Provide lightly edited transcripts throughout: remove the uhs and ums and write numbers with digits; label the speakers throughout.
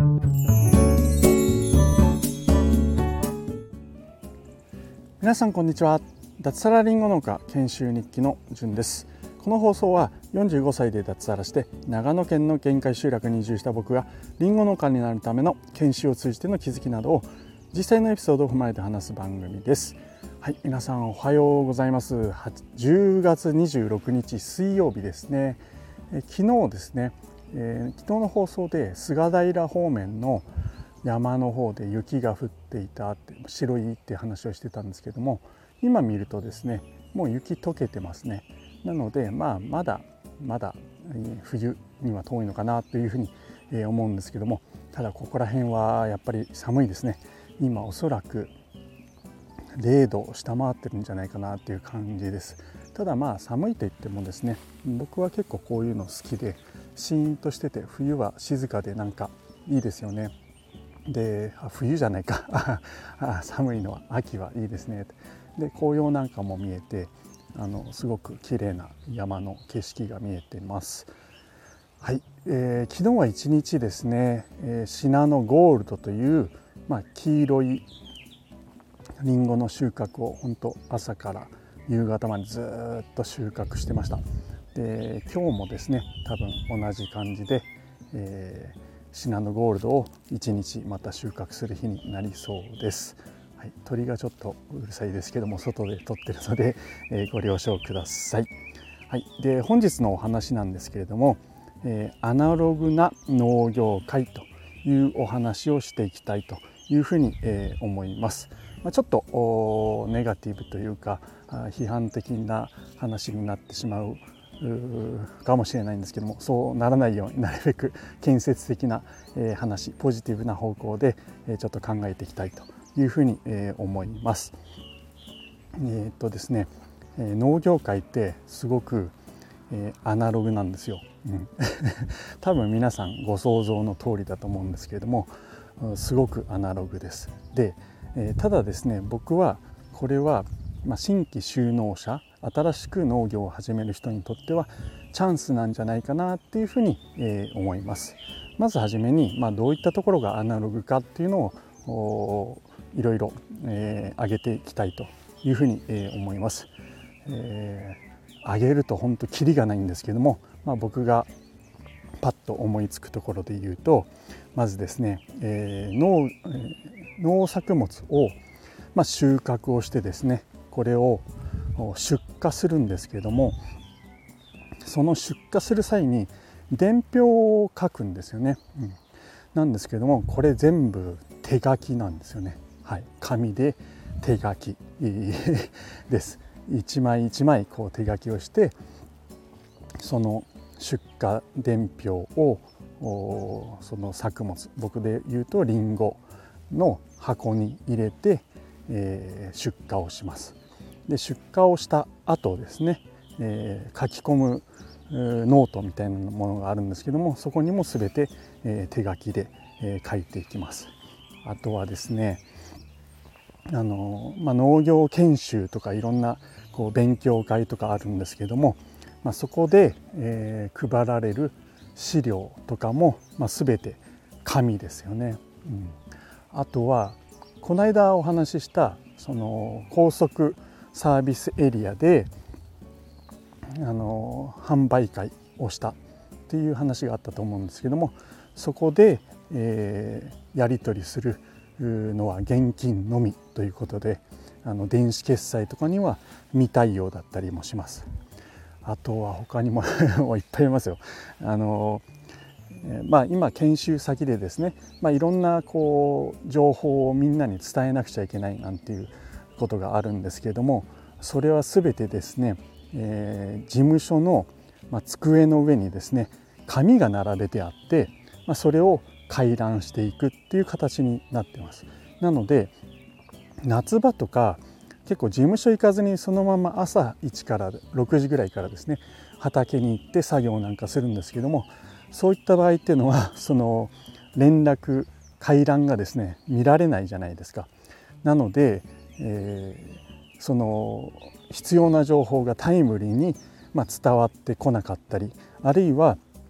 Speaker 1: 皆さんこんにちは。脱サラリンゴ農家研修日記のじゅんです。この放送は45歳で脱サラして長野県の限界集落に移住した僕がリンゴ農家になるための研修を通じての気づきなどを実際のエピソードを踏まえて話す番組です。はい、皆さんおはようございます。10月26日水曜日ですね。昨日ですね、昨日の放送で菅平方面の山の方で雪が降っていたって白いって話をしてたんですけども、今見るとですねもう雪溶けてますね。なのでまだ冬には遠いのかなというふうに思うんですけども、ただここら辺はやっぱり寒いですね。今おそらく0度を下回ってるんじゃないかなという感じです。ただ寒いといってもですね、僕は結構こういうの好きで、シーンとしてて冬は静かでなんかいいですよね。で冬じゃないか寒いのは秋はいいですね。で紅葉なんかも見えてすごく綺麗な山の景色が見えています。はい、昨日は一日ですね、シナノゴールドという、黄色いリンゴの収穫を本当朝から夕方までずっと収穫してました。で今日もですね多分同じ感じで、シナノゴールドを1日また収穫する日になりそうです。はい、鳥がちょっとうるさいですけども外で撮ってるので、ご了承ください。はい、で本日のお話なんですけれども、アナログな農業界というお話をしていきたいというふうに、思います。ちょっとネガティブというか批判的な話になってしまうかもしれないんですけども、そうならないようになるべく建設的な話、ポジティブな方向でちょっと考えていきたいというふうに思います。ですね、農業界ってすごくアナログなんですよ。多分皆さんご想像の通りだと思うんですけれども、すごくアナログです。でただですね、僕はこれは新規就農者、新しく農業を始める人にとってはチャンスなんじゃないかなっていうふうに思います。まずはじめに、どういったところがアナログかっていうのをいろいろ挙げていきたいというふうに思います。挙げると本当キリがないんですけども、僕がパッと思いつくところで言うと、まずですね、農作物を収穫をしてですね、これを出荷するんですけれども、その出荷する際に伝票を書くんですよね。なんですけれども、これ全部手書きなんですよね。はい、紙で手書きです。一枚一枚こう手書きをして、その出荷伝票をその作物、僕で言うとリンゴの箱に入れて、出荷をします。で出荷をした後ですね、書き込むノートみたいなものがあるんですけども、そこにも全て手書きで書いていきます。あとはですね、農業研修とかいろんなこう勉強会とかあるんですけども、そこで、配られる資料とかも、全て紙ですよね。あとはこの間お話ししたその高速サービスエリアで販売会をしたっていう話があったと思うんですけども、そこで、やり取りするのは現金のみということで、電子決済とかには未対応だったりもします。あとは他にもいっぱいいますよ。今研修先でですね、いろんなこう情報をみんなに伝えなくちゃいけないなんていうことがあるんですけれども、それは全てですね、事務所の机の上にですね紙が並べてあって、それを回覧していくっていう形になっています。なので夏場とか結構事務所行かずにそのまま朝1から6時ぐらいからですね畑に行って作業なんかするんですけども、そういった場合っていうのはその連絡回覧がですね見られないじゃないですか。なので、その必要な情報がタイムリーに伝わってこなかったり、あるいは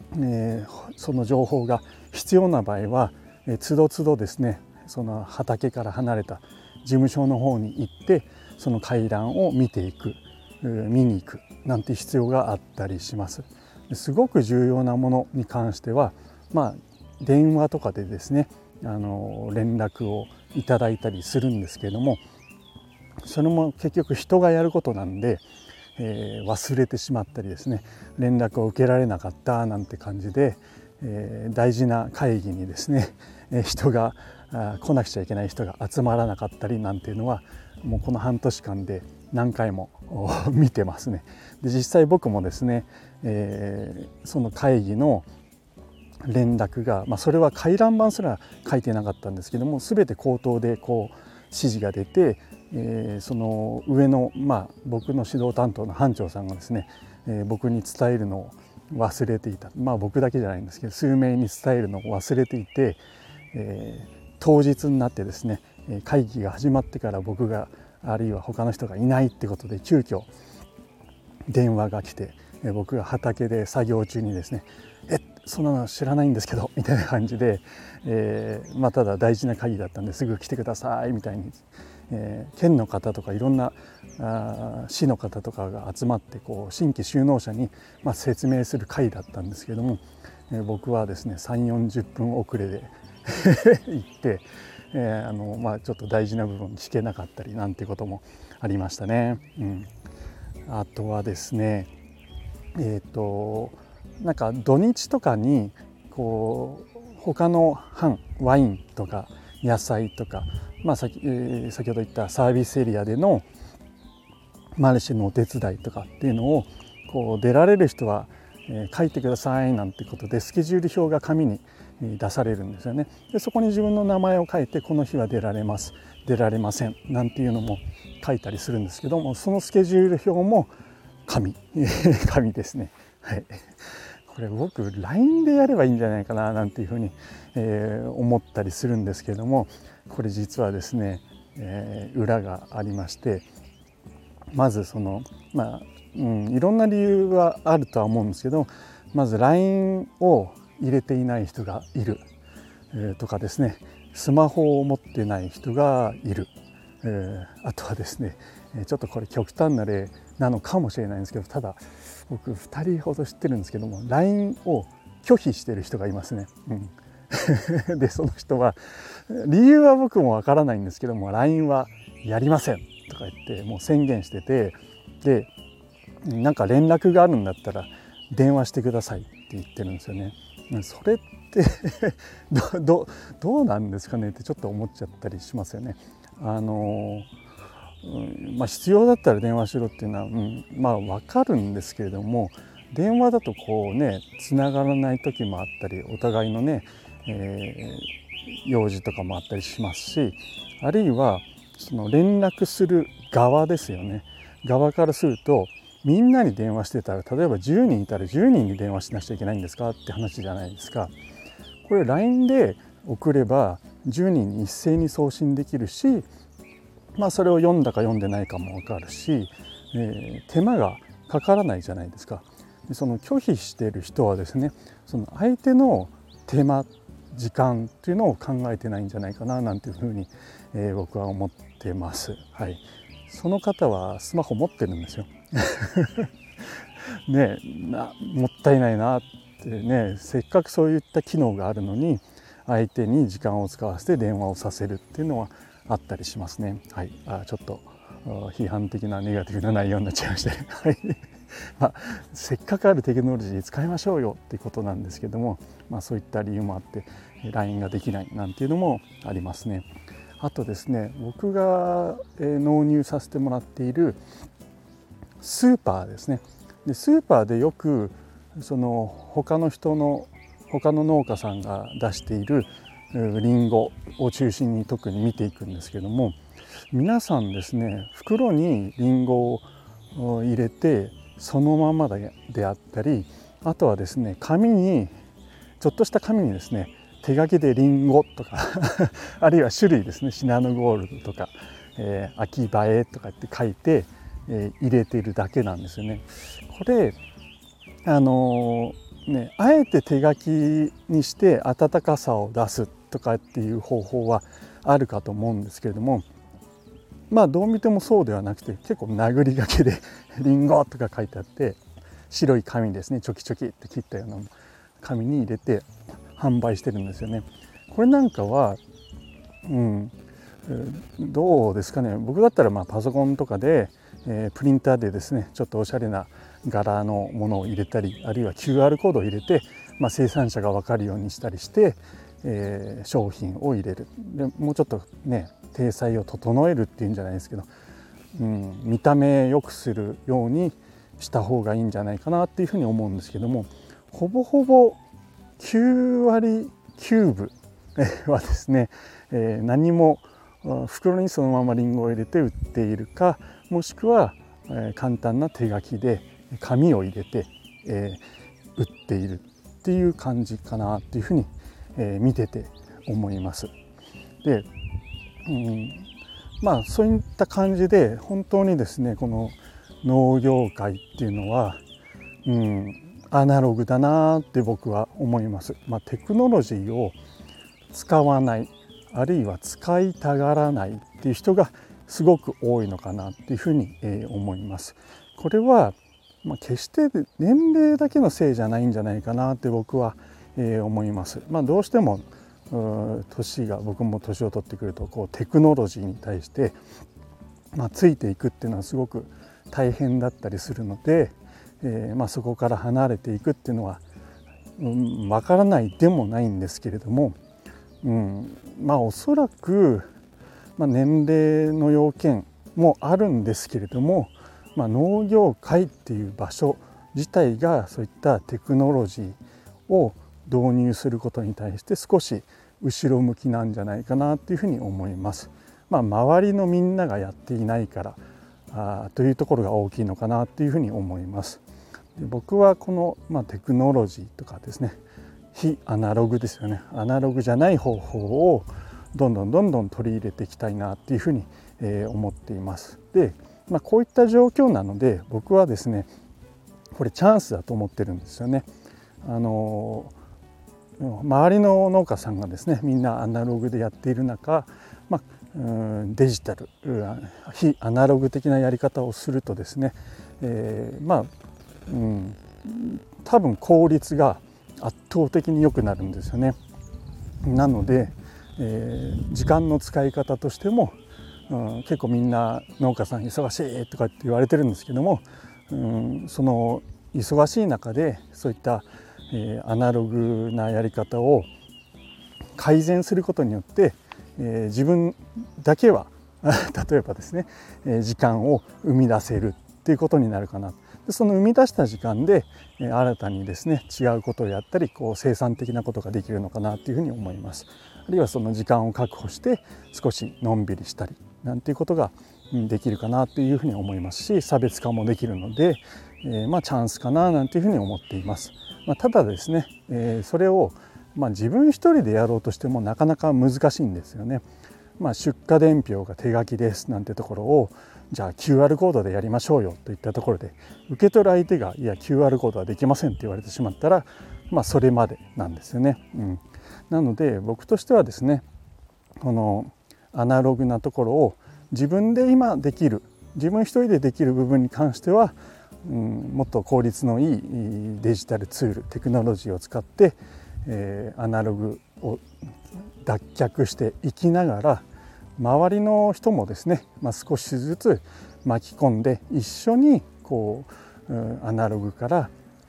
Speaker 1: その情報が必要な場合はつどつどですね、その畑から離れた事務所の方に行ってその回覧を見ていく、見に行くなんて必要があったりします。すごく重要なものに関しては、電話とかでですね連絡をいただいたりするんですけれども、それも結局人がやることなんで、忘れてしまったりですね、連絡を受けられなかったなんて感じで、大事な会議にですね人が来なくちゃいけない人が集まらなかったりなんていうのはもうこの半年間で何回も見てますね。で実際僕もですね、その会議の連絡が、それは回覧板すら書いてなかったんですけども、全て口頭で指示が出て、その上の、僕の指導担当の班長さんがですね、僕に伝えるのを忘れていた、僕だけじゃないんですけど数名に伝えるのを忘れていて、当日になってですね会議が始まってから僕があるいは他の人がいないってことで急遽電話が来て、僕が畑で作業中にですねそんなの知らないんですけどみたいな感じで、ただ大事な会議だったんですぐ来てくださいみたいに、県の方とかいろんな市の方とかが集まって新規就農者に説明する会だったんですけども、僕はですね3、40分遅れで行って、ちょっと大事な部分聞けなかったりなんていうこともありましたね。あとはですねなんか土日とかに他の班ワインとか野菜とか、先ほど言ったサービスエリアでのマルシェのお手伝いとかっていうのを出られる人は書いてくださいなんてことでスケジュール表が紙に出されるんですよね。でそこに自分の名前を書いてこの日は出られます出られませんなんていうのも書いたりするんですけども、そのスケジュール表も紙ですね。はい、これ僕 LINE でやればいいんじゃないかななんていうふうに、思ったりするんですけれども、これ実はですね、裏がありまして、まずそのいろんな理由はあるとは思うんですけど、まず LINE を入れていない人がいる、とかですね、スマホを持ってない人がいる、あとはですねちょっとこれ極端な例なのかもしれないんですけど、ただ僕2人ほど知ってるんですけども LINE を拒否してる人がいますね。でその人は理由は僕もわからないんですけども LINE はやりませんとか言ってもう宣言してて、でなんか連絡があるんだったら電話してくださいって言ってるんですよね。それってどうなんですかねってちょっと思っちゃったりしますよね。必要だったら電話しろっていうのは、分かるんですけれども、電話だとつながらない時もあったり、お互いのね、用事とかもあったりしますし、あるいはその連絡する側ですよね。側からするとみんなに電話してたら、例えば10人いたら10人に電話しなくちゃいけないんですかって話じゃないですか。これ LINE で送れば10人に一斉に送信できるし、それを読んだか読んでないかも分かるし、手間がかからないじゃないですか。でその拒否している人はですね、その相手の手間時間っていうのを考えてないんじゃないかななんていうふうに、僕は思ってます。はい、その方はスマホ持ってるんですよ。もったいないなってね、せっかくそういった機能があるのに相手に時間を使わせて電話をさせるっていうのはあったりしますね。はい、ちょっと批判的なネガティブな内容になっちゃいまして、はいせっかくあるテクノロジー使いましょうよっていうことなんですけども、そういった理由もあって LINE ができないなんていうのもありますね。あとですね、僕が納入させてもらっているスーパーですね。でスーパーでよくその他の農家さんが出しているリンゴを中心に特に見ていくんですけども、皆さんですね、袋にリンゴを入れてそのままであったり、あとはですねちょっとした紙にですね手書きでリンゴとかあるいは種類ですね、シナノゴールドとか、秋映えとかって書いて、入れているだけなんですよね。これあえて手書きにして温かさを出すとかっていう方法はあるかと思うんですけれども、どう見てもそうではなくて、結構殴り書きでリンゴとか書いてあって、白い紙ですね、チョキチョキって切ったような紙に入れて販売してるんですよね。これなんかは、どうですかね。僕だったらパソコンとかで、プリンターでですね、ちょっとおしゃれな柄のものを入れたり、あるいは QR コードを入れて、生産者が分かるようにしたりして、商品を入れる。でもうちょっとね、体裁を整えるっていうんじゃないですけど、見た目良くするようにした方がいいんじゃないかなっていうふうに思うんですけども、ほぼほぼ9割9分はですね、何も袋にそのままリンゴを入れて売っているか、もしくは簡単な手書きで紙を入れて売っているっていう感じかなっていうふうに見てて思います。で、そういった感じで本当にですね、この農業界っていうのは、アナログだなって僕は思います。テクノロジーを使わない、あるいは使いたがらないっていう人がすごく多いのかなっていうふうに思います。これは決して年齢だけのせいじゃないんじゃないかなって僕は思います。どうしても僕も年を取ってくるとテクノロジーに対してついていくっていうのはすごく大変だったりするので、そこから離れていくっていうのはわからないでもないんですけれども、おそらく、年齢の要件もあるんですけれども、農業界っていう場所自体がそういったテクノロジーを導入することに対して少し後ろ向きなんじゃないかなっていうふうに思います。周りのみんながやっていないからというところが大きいのかなっていうふうに思います。で、僕はこの、テクノロジーとかですね、非アナログですよね、アナログじゃない方法をどんどん取り入れていきたいなっていうふうに思っています。で、こういった状況なので僕はですね、これチャンスだと思ってるんですよね。周りの農家さんがですね、みんなアナログでやっている中、デジタル、非アナログ的なやり方をするとですね、多分効率が圧倒的に良くなるんですよね。なので、時間の使い方としても、結構みんな農家さん忙しいとかって言われてるんですけども、その忙しい中でそういったアナログなやり方を改善することによって、自分だけは例えばですね、時間を生み出せるっていうことになるかな。でその生み出した時間で新たにですね、違うことをやったり生産的なことができるのかなっていうふうに思います。あるいはその時間を確保して少しのんびりしたりなんていうことができるかなというふうに思いますし、差別化もできるので、チャンスかななんていうふうに思っています。ただですね、それを自分一人でやろうとしてもなかなか難しいんですよね。出荷伝票が手書きですなんてところを、じゃあ QR コードでやりましょうよといったところで、受け取る相手がいや QR コードはできませんって言われてしまったら、それまでなんですよね。なので僕としてはですね、このアナログなところを自分で今できる、自分一人でできる部分に関しては、もっと効率のいいデジタルツール、テクノロジーを使って、アナログを脱却していきながら、周りの人もですね、少しずつ巻き込んで一緒にアナログから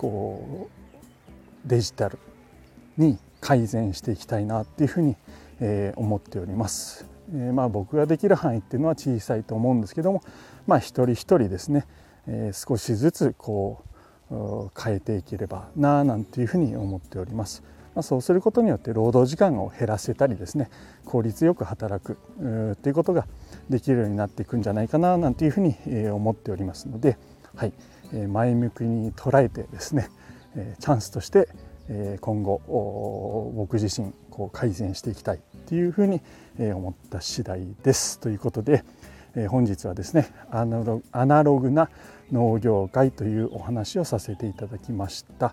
Speaker 1: デジタルに改善していきたいなっていうふうに思っております。僕ができる範囲っていうのは小さいと思うんですけども、一人一人ですね、少しずつ変えていければななんていうふうに思っております。そうすることによって労働時間を減らせたりですね、効率よく働くということができるようになっていくんじゃないかななんていうふうに思っておりますので、前向きに捉えてですね、チャンスとして今後僕自身改善していきたいっていうふうに思った次第です。ということで、本日はですね、アナログな農業界というお話をさせていただきました。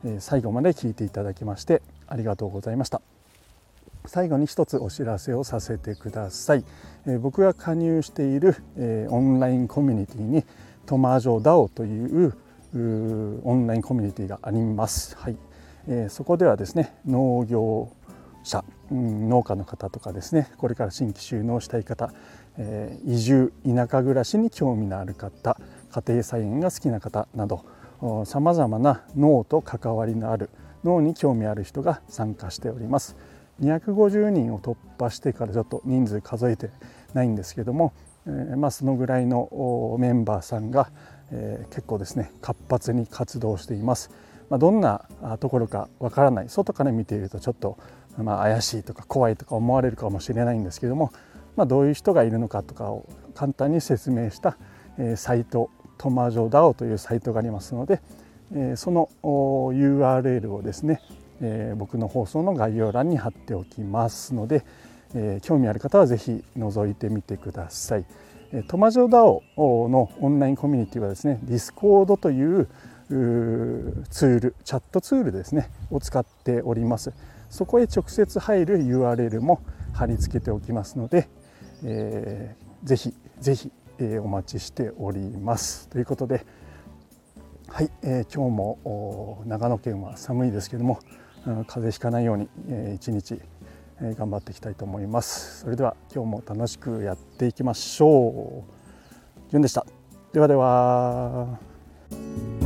Speaker 1: 最後まで聞いていただきましてありがとうございました。最後に一つお知らせをさせてください。僕が加入しているオンラインコミュニティにトマジョダオというオンラインコミュニティがあります。はい、そこではですね、農業者、農家の方とかですね、これから新規就農したい方、移住、田舎暮らしに興味のある方、家庭菜園が好きな方などさまざまな農と関わりのある、農に興味ある人が参加しております。250人を突破してからちょっと人数数えてないんですけども、そのぐらいのメンバーさんが、結構ですね活発に活動しています。どんなところかわからない、外から見ているとちょっと怪しいとか怖いとか思われるかもしれないんですけども、どういう人がいるのかとかを簡単に説明したサイト、トマジョダオというサイトがありますので、その URL をですね、僕の放送の概要欄に貼っておきますので、興味ある方はぜひ覗いてみてください。トマジョダオのオンラインコミュニティはですね、ディスコードというツール、チャットツールですねを使っております。そこへ直接入る URL も貼り付けておきますので、ぜひぜひ、お待ちしておりますということで、はい、今日も長野県は寒いですけども、風邪ひかないように一日頑張っていきたいと思います。それでは今日も楽しくやっていきましょう。じゅんでした。ではでは。